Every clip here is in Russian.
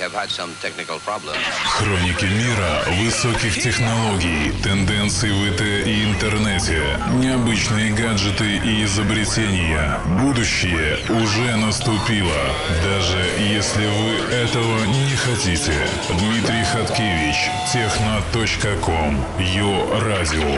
Хроники мира высоких технологий, тенденций в ИТ и интернете, необычные гаджеты и изобретения. Будущее уже наступило, даже если вы этого не хотите. Дмитрий Хаткевич, Техно.ком, Йо-Радио.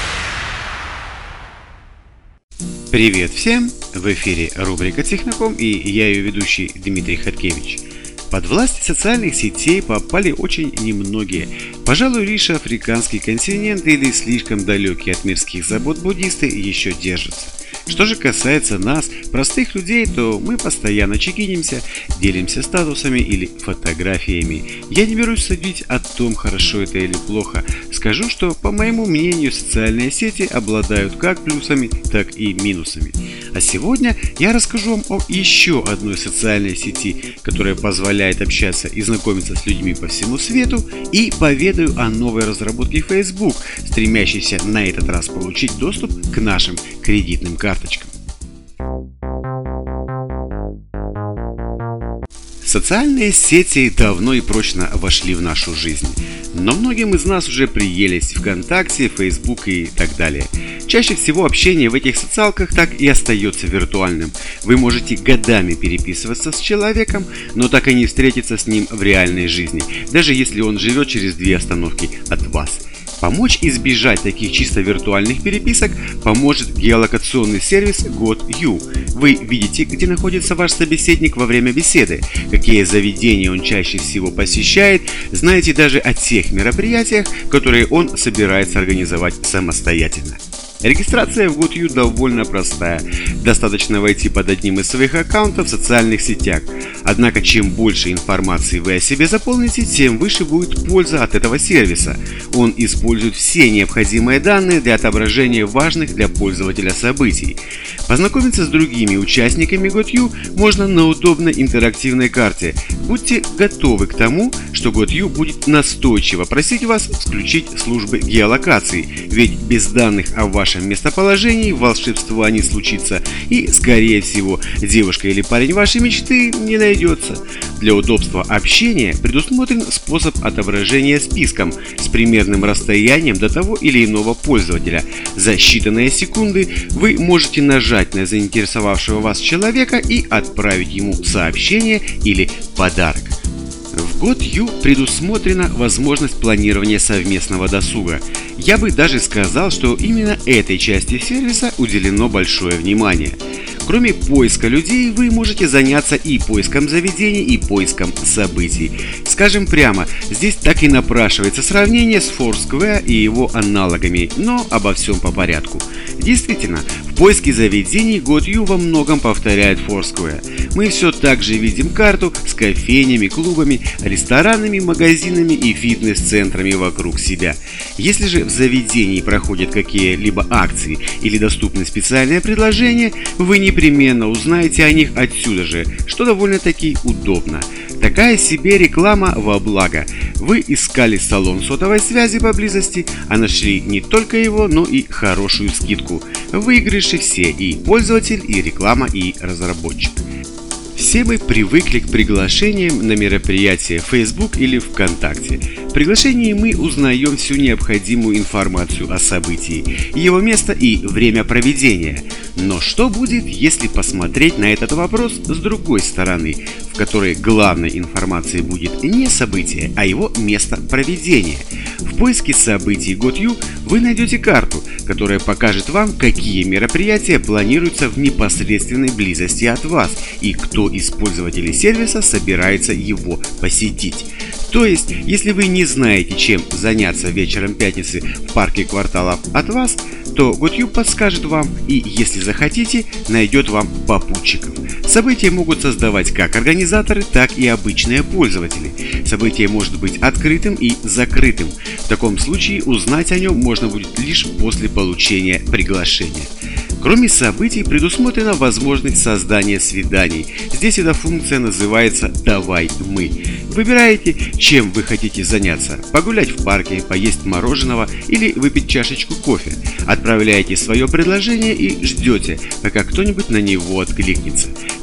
Привет всем! В эфире рубрика Техноком и я ее ведущий Дмитрий Хаткевич. Под власть социальных сетей попали очень немногие. Пожалуй, лишь африканский континент или слишком далекие от мирских забот буддисты еще держатся. Что же касается нас, простых людей, то мы постоянно чекинимся, делимся статусами или фотографиями. Я не берусь судить о том, хорошо это или плохо. Скажу, что, по моему мнению, социальные сети обладают как плюсами, так и минусами. А сегодня я расскажу вам о еще одной социальной сети, которая позволяет общаться и знакомиться с людьми по всему свету, и поведаю о новой разработке Facebook, стремящейся на этот раз получить доступ к нашим кредитным карточкам. Социальные сети давно и прочно вошли в нашу жизнь, но многим из нас уже приелись ВКонтакте, Facebook и так далее. Чаще всего общение в этих социалках так и остается виртуальным. Вы можете годами переписываться с человеком, но так и не встретиться с ним в реальной жизни, даже если он живет через 2 остановки от вас. Помочь избежать таких чисто виртуальных переписок поможет геолокационный сервис GodYou. Вы видите, где находится ваш собеседник во время беседы, какие заведения он чаще всего посещает, знаете даже о тех мероприятиях, которые он собирается организовать самостоятельно. Регистрация в GodYou довольно простая. Достаточно войти под одним из своих аккаунтов в социальных сетях. Однако, чем больше информации вы о себе заполните, тем выше будет польза от этого сервиса. Он использует все необходимые данные для отображения важных для пользователя событий. Познакомиться с другими участниками GodYou можно на удобной интерактивной карте. Будьте готовы к тому, что GodYou будет настойчиво просить вас включить службы геолокации, ведь без данных о вашем местоположении волшебства не случится, и, скорее всего, девушка или парень вашей мечты не найдется. Для удобства общения предусмотрен способ отображения списком с примерным расстоянием до того или иного пользователя. За считанные секунды вы можете нажать на заинтересовавшего вас человека и отправить ему сообщение или подарок. В GodYou предусмотрена возможность планирования совместного досуга. Я бы даже сказал, что именно этой части сервиса уделено большое внимание. Кроме поиска людей, вы можете заняться и поиском заведений, и поиском событий. Скажем прямо, здесь так и напрашивается сравнение с Foursquare и его аналогами, но обо всем по порядку. Действительно, в поиске заведений GodYou во многом повторяет Foursquare. Мы все так же видим карту с кофейнями, клубами, ресторанами, магазинами и фитнес-центрами вокруг себя. Если же в заведении проходят какие-либо акции или доступны специальные предложения, вы непременно узнаете о них отсюда же, что довольно-таки удобно. Такая себе реклама во благо. Вы искали салон сотовой связи поблизости, а нашли не только его, но и хорошую скидку. Выигрыши все: и пользователь, и реклама, и разработчик. Все мы привыкли к приглашениям на мероприятия в Facebook или ВКонтакте. В приглашении мы узнаем всю необходимую информацию о событии, его место и время проведения. Но что будет, если посмотреть на этот вопрос с другой стороны, в которой главной информацией будет не событие, а его место проведения? В поиске событий GodYou вы найдете карту, которая покажет вам, какие мероприятия планируются в непосредственной близости от вас и кто из пользователей сервиса собирается его посетить. То есть, если вы не знаете, чем заняться вечером пятницы в парке кварталов от вас, то GodYou подскажет вам и, если захотите, найдет вам попутчиков. События могут создавать как организаторы, так и обычные пользователи. Событие может быть открытым и закрытым. В таком случае узнать о нем можно будет лишь после получения приглашения. Кроме событий предусмотрена возможность создания свиданий. Здесь эта функция называется «Давай мы». Выбираете, чем вы хотите заняться – погулять в парке, поесть мороженого или выпить чашечку кофе. Отправляете свое предложение и ждете, пока кто-нибудь на него откликнется.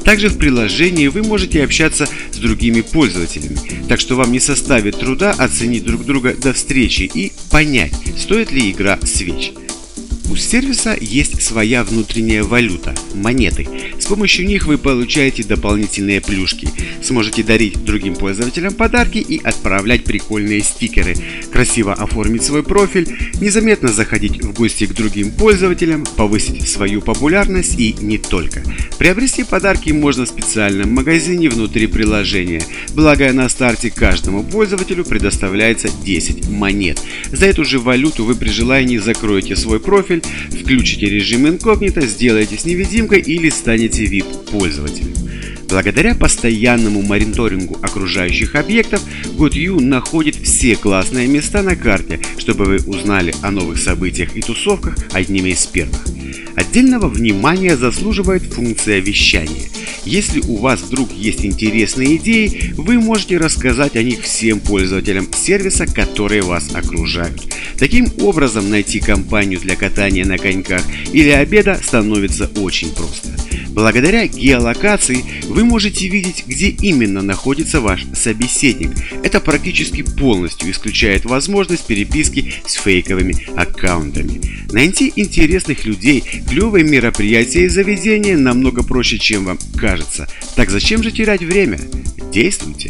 Также в приложении вы можете общаться с другими пользователями, так что вам не составит труда оценить друг друга до встречи и понять, стоит ли игра свеч. У сервиса есть своя внутренняя валюта – монеты. С помощью них вы получаете дополнительные плюшки, сможете дарить другим пользователям подарки и отправлять прикольные стикеры, красиво оформить свой профиль, незаметно заходить в гости к другим пользователям, повысить свою популярность и не только. Приобрести подарки можно в специальном магазине внутри приложения, благо на старте каждому пользователю предоставляется 10 монет. За эту же валюту вы при желании закроете свой профиль, включите режим инкогнито, сделаетесь невидимкой или станете VIP-пользователем. Благодаря постоянному мониторингу окружающих объектов, Good.io находит все классные места на карте, чтобы вы узнали о новых событиях и тусовках одними из первых. Отдельного внимания заслуживает функция вещания. Если у вас вдруг есть интересные идеи, вы можете рассказать о них всем пользователям сервиса, которые вас окружают. Таким образом, найти компанию для катания на коньках или обеда становится очень просто. Благодаря геолокации вы можете видеть, где именно находится ваш собеседник. Это практически полностью исключает возможность переписки с фейковыми аккаунтами. Найти интересных людей, клевые мероприятия и заведения намного проще, чем вам кажется. Так зачем же терять время? Действуйте!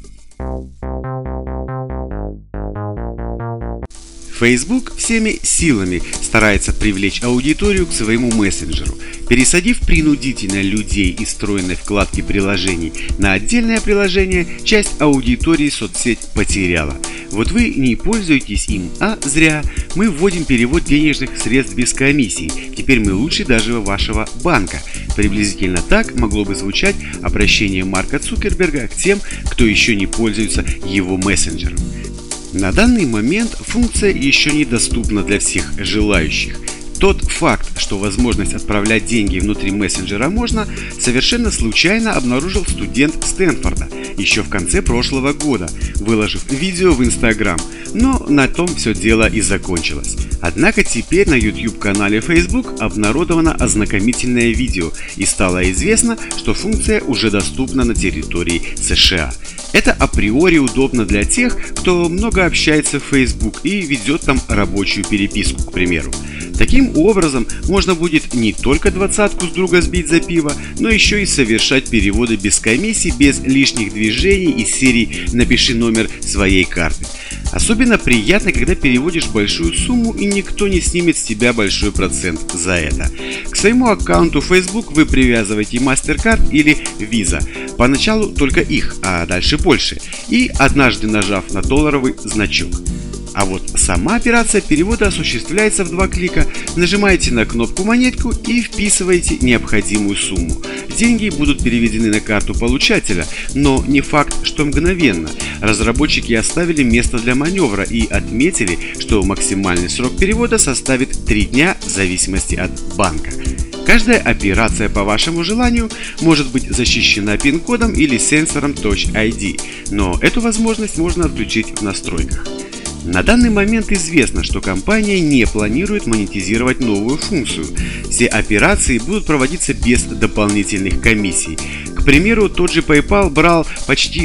Facebook всеми силами старается привлечь аудиторию к своему мессенджеру. Пересадив принудительно людей из встроенной вкладки приложений на отдельное приложение, часть аудитории соцсеть потеряла. Вот вы не пользуетесь им, а зря. Мы вводим перевод денежных средств без комиссии. Теперь мы лучше даже вашего банка. Приблизительно так могло бы звучать обращение Марка Цукерберга к тем, кто еще не пользуется его мессенджером. На данный момент функция еще недоступна для всех желающих. Тот факт, что возможность отправлять деньги внутри мессенджера можно, совершенно случайно обнаружил студент Стэнфорда еще в конце прошлого года, выложив видео в Instagram. Но на том все дело и закончилось. Однако теперь на YouTube-канале Facebook обнародовано ознакомительное видео и стало известно, что функция уже доступна на территории США. Это априори удобно для тех, кто много общается в Facebook и ведет там рабочую переписку, к примеру. Таким образом, можно будет не только двадцатку с друга сбить за пиво, но еще и совершать переводы без комиссии, без лишних движений из серии «Напиши номер своей карты». Особенно приятно, когда переводишь большую сумму и никто не снимет с тебя большой процент за это. К своему аккаунту Facebook вы привязываете MasterCard или Visa. Поначалу только их, а дальше больше. И однажды нажав на долларовый значок. А вот сама операция перевода осуществляется в 2 клика. Нажимаете на кнопку монетку и вписываете необходимую сумму. Деньги будут переведены на карту получателя, но не факт, что мгновенно. Разработчики оставили место для маневра и отметили, что максимальный срок перевода составит 3 дня в зависимости от банка. Каждая операция по вашему желанию может быть защищена пин-кодом или сенсором Touch ID, но эту возможность можно отключить в настройках. На данный момент известно, что компания не планирует монетизировать новую функцию. Все операции будут проводиться без дополнительных комиссий. К примеру, тот же PayPal брал почти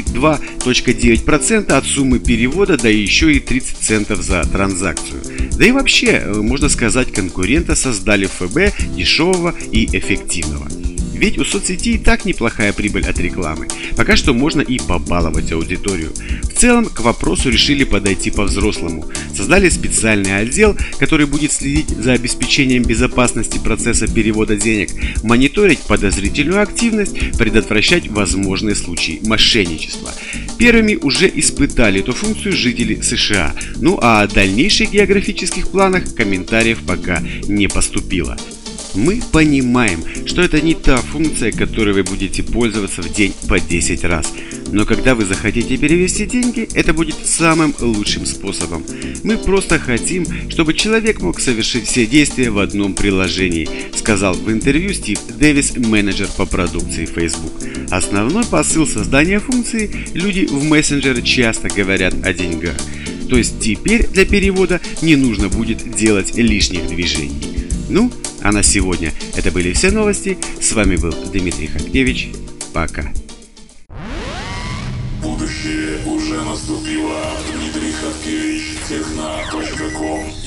2,9% от суммы перевода, да еще и 30 центов за транзакцию. Да и вообще, можно сказать, конкурента создали ФБ дешевого и эффективного. Ведь у соцсети и так неплохая прибыль от рекламы. Пока что можно и побаловать аудиторию. В целом к вопросу решили подойти по-взрослому. Создали специальный отдел, который будет следить за обеспечением безопасности процесса перевода денег, мониторить подозрительную активность, предотвращать возможные случаи мошенничества. Первыми уже испытали эту функцию жители США. Ну а о дальнейших географических планах комментариев пока не поступило. Мы понимаем, что это не та функция, которой вы будете пользоваться в день по 10 раз. Но когда вы захотите перевести деньги, это будет самым лучшим способом. Мы просто хотим, чтобы человек мог совершить все действия в одном приложении, сказал в интервью Стив Дэвис, менеджер по продукции Facebook. Основной посыл создания функции – люди в мессенджере часто говорят о деньгах. То есть теперь для перевода не нужно будет делать лишних движений. Ну, А на сегодня это были все новости. С вами был Дмитрий Хаткевич. Пока. Будущее уже наступило. Дмитрий Хаткевич, Техно.ком.